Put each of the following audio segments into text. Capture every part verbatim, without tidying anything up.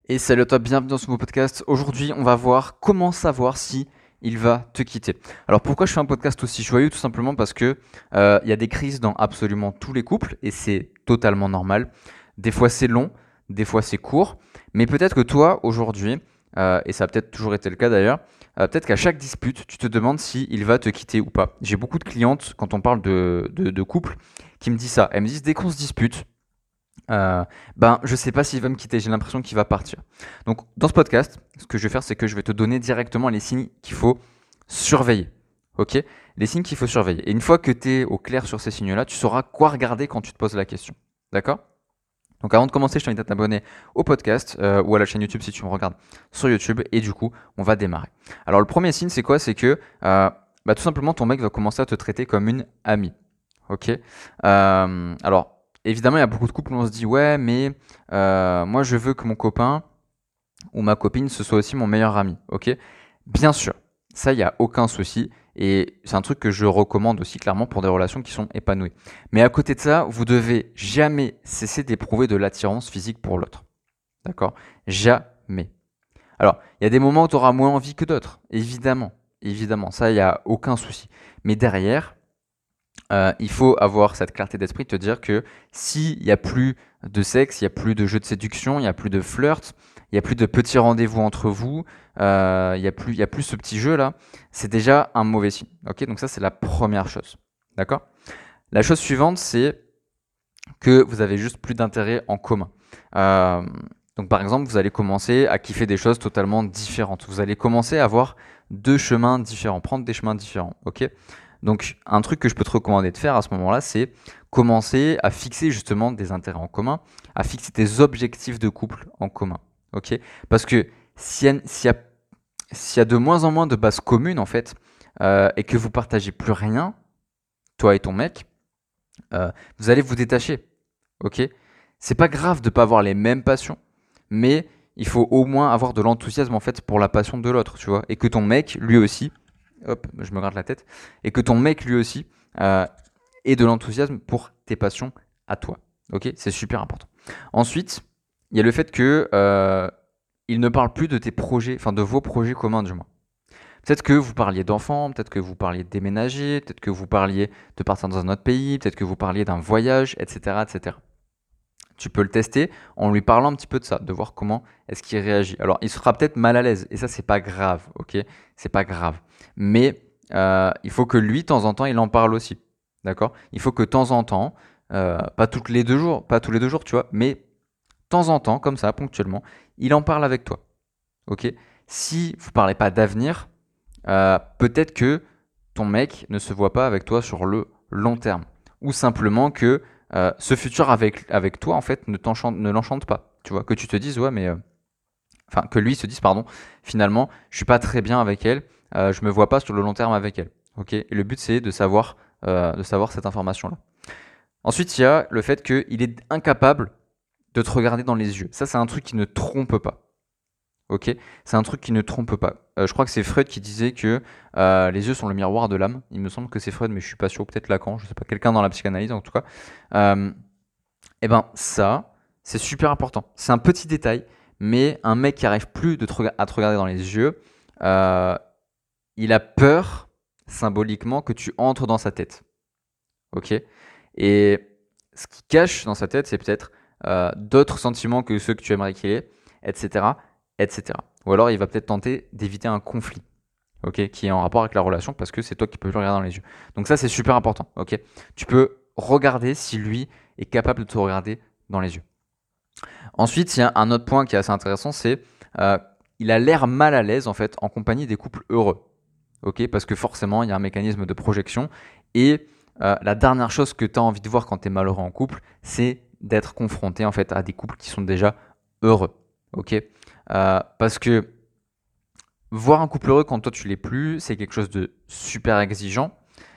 Et salut à toi, bienvenue dans ce nouveau podcast. Aujourd'hui, on va voir comment savoir si il va te quitter. Alors pourquoi je fais un podcast aussi joyeux? Tout simplement parce que euh, il y a des crises dans absolument tous les couples et c'est totalement normal. Des fois c'est long, des fois c'est court, mais peut-être que toi aujourd'hui, euh, et ça a peut-être toujours été le cas d'ailleurs, euh, peut-être qu'à chaque dispute, tu te demandes si il va te quitter ou pas. J'ai beaucoup de clientes quand on parle de, de, de couple qui me disent ça. Elles me disent dès qu'on se dispute, euh, ben, je sais pas s'il va me quitter, j'ai l'impression qu'il va partir. Donc, dans ce podcast, ce que je vais faire, c'est que je vais te donner directement les signes qu'il faut surveiller. Ok? Les signes qu'il faut surveiller. Et une fois que tu es au clair sur ces signes-là, tu sauras quoi regarder quand tu te poses la question. D'accord? Donc, avant de commencer, je t'invite à t'abonner au podcast euh, ou à la chaîne YouTube si tu me regardes sur YouTube. Et du coup, on va démarrer. Alors, le premier signe, c'est quoi? C'est que euh, bah, tout simplement, ton mec va commencer à te traiter comme une amie. Ok. Euh, alors, évidemment, il y a beaucoup de couples où on se dit, ouais, mais euh, moi, je veux que mon copain ou ma copine, ce soit aussi mon meilleur ami. Ok. Bien sûr, ça, il n'y a aucun souci. Et c'est un truc que je recommande aussi clairement pour des relations qui sont épanouies. Mais à côté de ça, vous devez jamais cesser d'éprouver de l'attirance physique pour l'autre. D'accord? Jamais. Alors, il y a des moments où tu auras moins envie que d'autres. Évidemment. Évidemment. Ça, il n'y a aucun souci. Mais derrière, euh, il faut avoir cette clarté d'esprit de te dire que s'il n'y a plus de sexe, il n'y a plus de jeux de séduction, il n'y a plus de flirt, il n'y a plus de petits rendez-vous entre vous, euh, il n'y a, plus- il y a plus ce petit jeu-là, c'est déjà un mauvais signe. Ok, donc ça, c'est la première chose. D'accord? La chose suivante, c'est que vous avez juste plus d'intérêt en commun. Euh, donc par exemple, vous allez commencer à kiffer des choses totalement différentes. Vous allez commencer à avoir deux chemins différents, prendre des chemins différents. Ok? Donc un truc que je peux te recommander de faire à ce moment-là, c'est commencer à fixer justement des intérêts en commun, à fixer des objectifs de couple en commun. Ok? Parce que s'il y, a- s'il y a- s'il y a de moins en moins de bases communes en fait, euh, et que vous partagez plus rien, toi et ton mec, euh, vous allez vous détacher. Ok? C'est pas grave de pas avoir les mêmes passions, mais il faut au moins avoir de l'enthousiasme en fait pour la passion de l'autre, tu vois, et que ton mec, lui aussi, hop, je me gratte la tête, et que ton mec, lui aussi, euh, ait de l'enthousiasme pour tes passions à toi. Ok? C'est super important. Ensuite, il y a le fait que euh, il ne parle plus de tes projets, enfin de vos projets communs du moins. Peut-être que vous parliez d'enfants, peut-être que vous parliez de déménager, peut-être que vous parliez de partir dans un autre pays, peut-être que vous parliez d'un voyage, et cetera, et cetera. Tu peux le tester en lui parlant un petit peu de ça, de voir comment est-ce qu'il réagit. Alors, il sera peut-être mal à l'aise, et ça, c'est pas grave, ok? C'est pas grave. Mais euh, il faut que lui, de temps en temps, il en parle aussi, d'accord? Il faut que de temps en temps, euh, pas toutes les deux jours, pas tous les deux jours, tu vois, mais de temps en temps, comme ça, ponctuellement, il en parle avec toi, ok? Si vous parlez pas d'avenir, euh, peut-être que ton mec ne se voit pas avec toi sur le long terme. Ou simplement que euh, ce futur avec, avec toi, en fait, ne, t'enchante, ne l'enchante pas. Tu vois, que tu te dises, ouais, mais. euh, Enfin, que lui se dise, pardon, finalement, je suis pas très bien avec elle, euh, je me vois pas sur le long terme avec elle. Ok? Et le but, c'est de savoir, euh, de savoir cette information-là. Ensuite, il y a le fait qu'il est incapable de te regarder dans les yeux. Ça, c'est un truc qui ne trompe pas. Ok, c'est un truc qui ne trompe pas. Euh, je crois que c'est Freud qui disait que euh, les yeux sont le miroir de l'âme. Il me semble que c'est Freud, mais je suis pas sûr. Ou peut-être Lacan, je sais pas. Quelqu'un dans la psychanalyse en tout cas. Euh, et ben ça, c'est super important. C'est un petit détail, mais un mec qui arrive plus de te rega- à te regarder dans les yeux, euh, il a peur symboliquement que tu entres dans sa tête. Ok, et ce qui cache dans sa tête, c'est peut-être euh, d'autres sentiments que ceux que tu aimerais qu'il ait, et cetera, et cetera. Ou alors il va peut-être tenter d'éviter un conflit, ok, qui est en rapport avec la relation parce que c'est toi qui peux le regarder dans les yeux. Donc ça c'est super important, ok. Tu peux regarder si lui est capable de te regarder dans les yeux. Ensuite, il y a un autre point qui est assez intéressant, c'est euh, il a l'air mal à l'aise en fait en compagnie des couples heureux, ok, parce que forcément il y a un mécanisme de projection et euh, la dernière chose que tu as envie de voir quand tu es malheureux en couple, c'est d'être confronté en fait à des couples qui sont déjà heureux, ok. Euh, parce que voir un couple heureux quand toi tu l'es plus, c'est quelque chose de super exigeant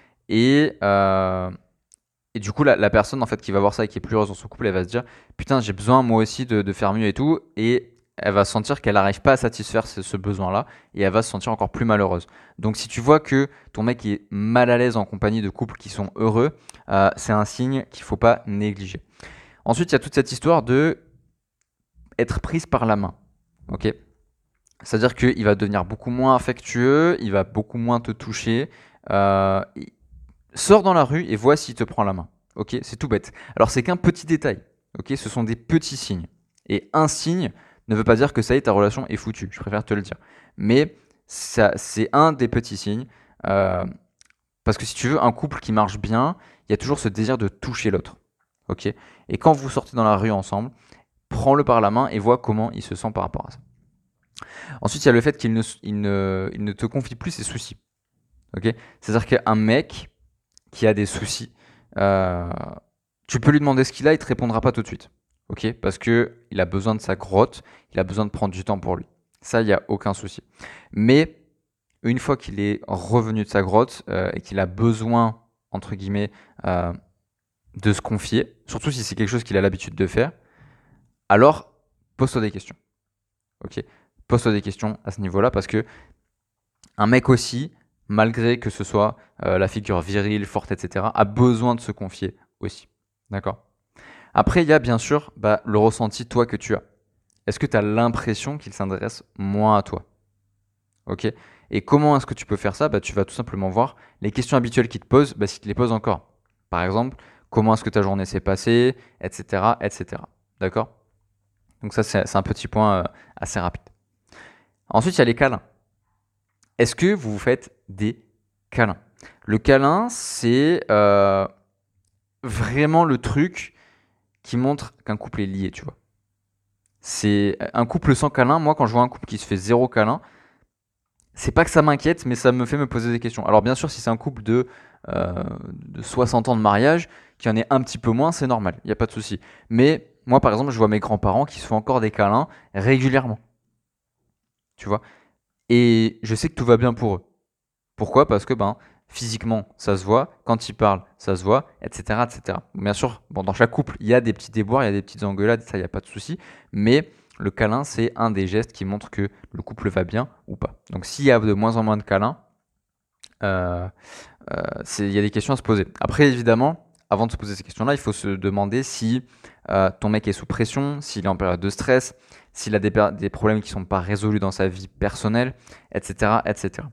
et euh, et du coup la, la personne en fait qui va voir ça et qui est plus heureuse dans son couple, elle va se dire putain j'ai besoin moi aussi de, de faire mieux et tout, et elle va sentir qu'elle n'arrive pas à satisfaire ce, ce besoin-là et elle va se sentir encore plus malheureuse. Donc si tu vois que ton mec est mal à l'aise en compagnie de couples qui sont heureux, euh, c'est un signe qu'il faut pas négliger. Ensuite il y a toute cette histoire de être prise par la main. ok? C'est-à-dire qu'il va devenir beaucoup moins affectueux, il va beaucoup moins te toucher. Euh, il- Sors dans la rue et vois s'il te prend la main. Ok, c'est tout bête. Alors c'est qu'un petit détail. Ok, ce sont des petits signes. Et un signe ne veut pas dire que ça y est, ta relation est foutue. Je préfère te le dire. Mais ça, c'est un des petits signes. Euh, parce que si tu veux un couple qui marche bien, il y a toujours ce désir de toucher l'autre. Ok. Et quand vous sortez dans la rue ensemble, prends-le par la main et vois comment il se sent par rapport à ça. Ensuite, il y a le fait qu'il ne, il ne, il ne te confie plus ses soucis. Ok. C'est-à-dire qu'un mec qui a des soucis, euh, tu peux lui demander ce qu'il a, il te répondra pas tout de suite. Ok, parce que il a besoin de sa grotte, il a besoin de prendre du temps pour lui. Ça, il n'y a aucun souci. Mais une fois qu'il est revenu de sa grotte euh, et qu'il a besoin, entre guillemets, euh, de se confier, surtout si c'est quelque chose qu'il a l'habitude de faire, alors pose-toi des questions. Ok, pose-toi des questions à ce niveau-là parce que un mec aussi, malgré que ce soit euh, la figure virile, forte, et cetera, a besoin de se confier aussi. D'accord. Après, il y a bien sûr bah, le ressenti toi que tu as. Est-ce que tu as l'impression qu'il s'intéresse moins à toi? Ok. Et comment est-ce que tu peux faire ça? Bah, tu vas tout simplement voir les questions habituelles qu'il te pose, bah, s'il te les pose encore. Par exemple, comment est-ce que ta journée s'est passée, et cetera, et cetera. D'accord. Donc ça, c'est c'est un petit point euh, assez rapide. Ensuite, il y a les câlins. Est-ce que vous vous faites des câlins? Le câlin, c'est euh, vraiment le truc qui montre qu'un couple est lié, tu vois. C'est un couple sans câlin. Moi, quand je vois un couple qui se fait zéro câlin, c'est pas que ça m'inquiète, mais ça me fait me poser des questions. Alors bien sûr, si c'est un couple de, euh, de soixante ans de mariage, qui en est un petit peu moins, c'est normal, il n'y a pas de souci. Mais moi, par exemple, je vois mes grands-parents qui se font encore des câlins régulièrement, tu vois. Et je sais que tout va bien pour eux. Pourquoi? Parce que ben, physiquement, ça se voit, quand ils parlent, ça se voit, et cetera, et cetera. Bien sûr, bon, dans chaque couple, il y a des petits déboires, il y a des petites engueulades, ça, il n'y a pas de souci. Mais le câlin, c'est un des gestes qui montre que le couple va bien ou pas. Donc s'il y a de moins en moins de câlins, euh, euh, c'est- il y a des questions à se poser. Après, évidemment, avant de se poser ces questions-là, il faut se demander si euh, ton mec est sous pression, s'il est en période de stress, s'il a des, per- des problèmes qui ne sont pas résolus dans sa vie personnelle, et cetera, et cetera.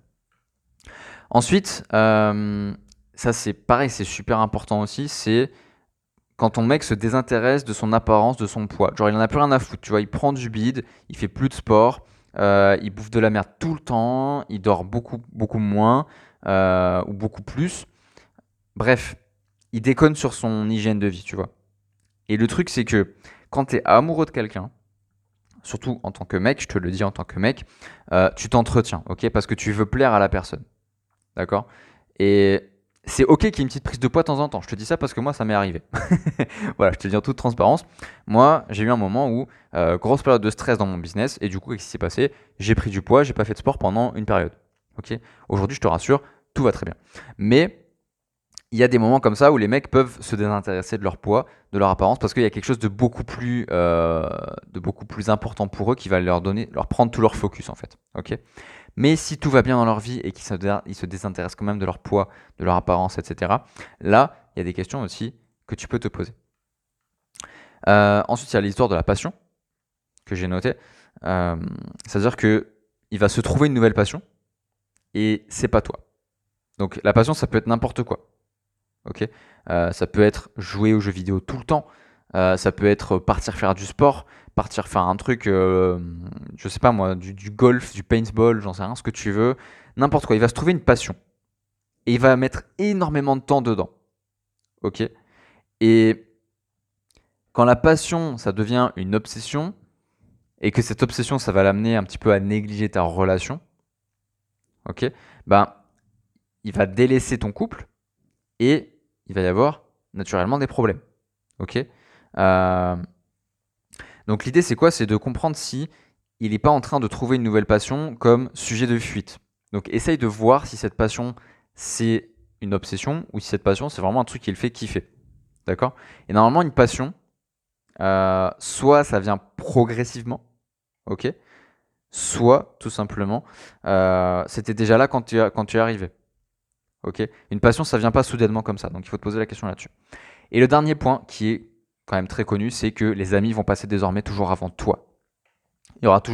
Ensuite, euh, ça c'est pareil, c'est super important aussi, c'est quand ton mec se désintéresse de son apparence, de son poids. Genre il en a plus rien à foutre, tu vois, il prend du bide, il fait plus de sport, euh, il bouffe de la merde tout le temps, il dort beaucoup, beaucoup moins euh, ou beaucoup plus. Bref, il déconne sur son hygiène de vie, tu vois. Et le truc c'est que quand tu es amoureux de quelqu'un, surtout en tant que mec, je te le dis en tant que mec, euh, tu t'entretiens, ok, parce que tu veux plaire à la personne. D'accord. Et c'est ok qu'il y ait une petite prise de poids de temps en temps. Je te dis ça parce que moi, ça m'est arrivé. Voilà, je te le dis en toute transparence. Moi, j'ai eu un moment où, euh, grosse période de stress dans mon business, et du coup, qu'est-ce qui s'est passé? J'ai pris du poids, j'ai pas fait de sport pendant une période. Ok. Aujourd'hui, je te rassure, tout va très bien. Mais il y a des moments comme ça où les mecs peuvent se désintéresser de leur poids, de leur apparence, parce qu'il y a quelque chose de beaucoup plus, euh, de beaucoup plus important pour eux qui va leur donner, leur prendre tout leur focus en fait. Ok. Mais si tout va bien dans leur vie et qu'ils se, dé- ils se désintéressent quand même de leur poids, de leur apparence, et cetera, là, il y a des questions aussi que tu peux te poser. Euh, ensuite, il y a l'histoire de la passion que j'ai notée. Euh, C'est-à-dire que il va se trouver une nouvelle passion et c'est pas toi. Donc la passion, ça peut être n'importe quoi. Ok. Euh, ça peut être jouer aux jeux vidéo tout le temps. Euh, ça peut être partir faire du sport, partir faire un truc, euh, je sais pas moi, du, du golf, du paintball, j'en sais rien, ce que tu veux, n'importe quoi. Il va se trouver une passion et il va mettre énormément de temps dedans. Ok. Et quand la passion, ça devient une obsession et que cette obsession, ça va l'amener un petit peu à négliger ta relation, ok, ben il va délaisser ton couple et il va y avoir naturellement des problèmes. Ok. Euh, Donc l'idée c'est quoi? C'est de comprendre si il n'est pas en train de trouver une nouvelle passion comme sujet de fuite. Donc essaye de voir si cette passion c'est une obsession ou si cette passion c'est vraiment un truc qui le fait kiffer. D'accord? Et normalement une passion, euh, soit ça vient progressivement, ok? Soit tout simplement, euh, c'était déjà là quand tu, quand tu es arrivé. Ok? Une passion ça vient pas soudainement comme ça. Donc il faut te poser la question là-dessus. Et le dernier point qui est quand même très connu, c'est que les amis vont passer désormais toujours avant toi. Il y aura toujours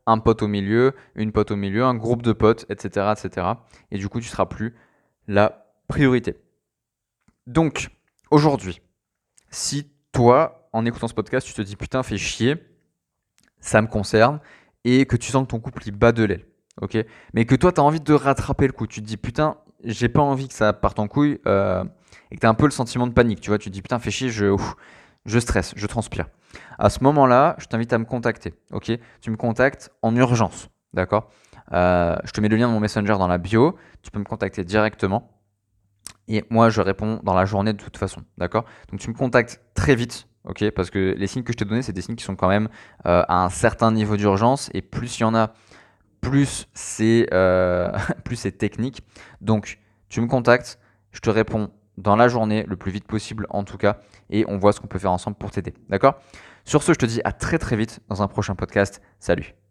un pote au milieu, une pote au milieu, un groupe de potes, et cetera, et cetera. Et du coup, tu seras plus la priorité. Donc, aujourd'hui, si toi, en écoutant ce podcast, tu te dis putain, fais chier, ça me concerne, et que tu sens que ton couple il bat de l'aile, ok, mais que toi, tu as envie de rattraper le coup, tu te dis putain, j'ai pas envie que ça parte en couille, euh, et que tu as un peu le sentiment de panique, tu vois, tu te dis putain, fais chier, je, ouf, je stresse, je transpire. À ce moment-là, je t'invite à me contacter, ok. Tu me contactes en urgence, d'accord. Euh, je te mets le lien de mon Messenger dans la bio, tu peux me contacter directement. Et moi, je réponds dans la journée de toute façon, d'accord. Donc tu me contactes très vite, ok, parce que les signes que je t'ai donnés, c'est des signes qui sont quand même euh, à un certain niveau d'urgence, et plus il y en a, plus c'est euh, plus c'est technique. Donc tu me contactes, je te réponds dans la journée, le plus vite possible en tout cas, et on voit ce qu'on peut faire ensemble pour t'aider, d'accord. Sur ce, je te dis à très très vite dans un prochain podcast. Salut.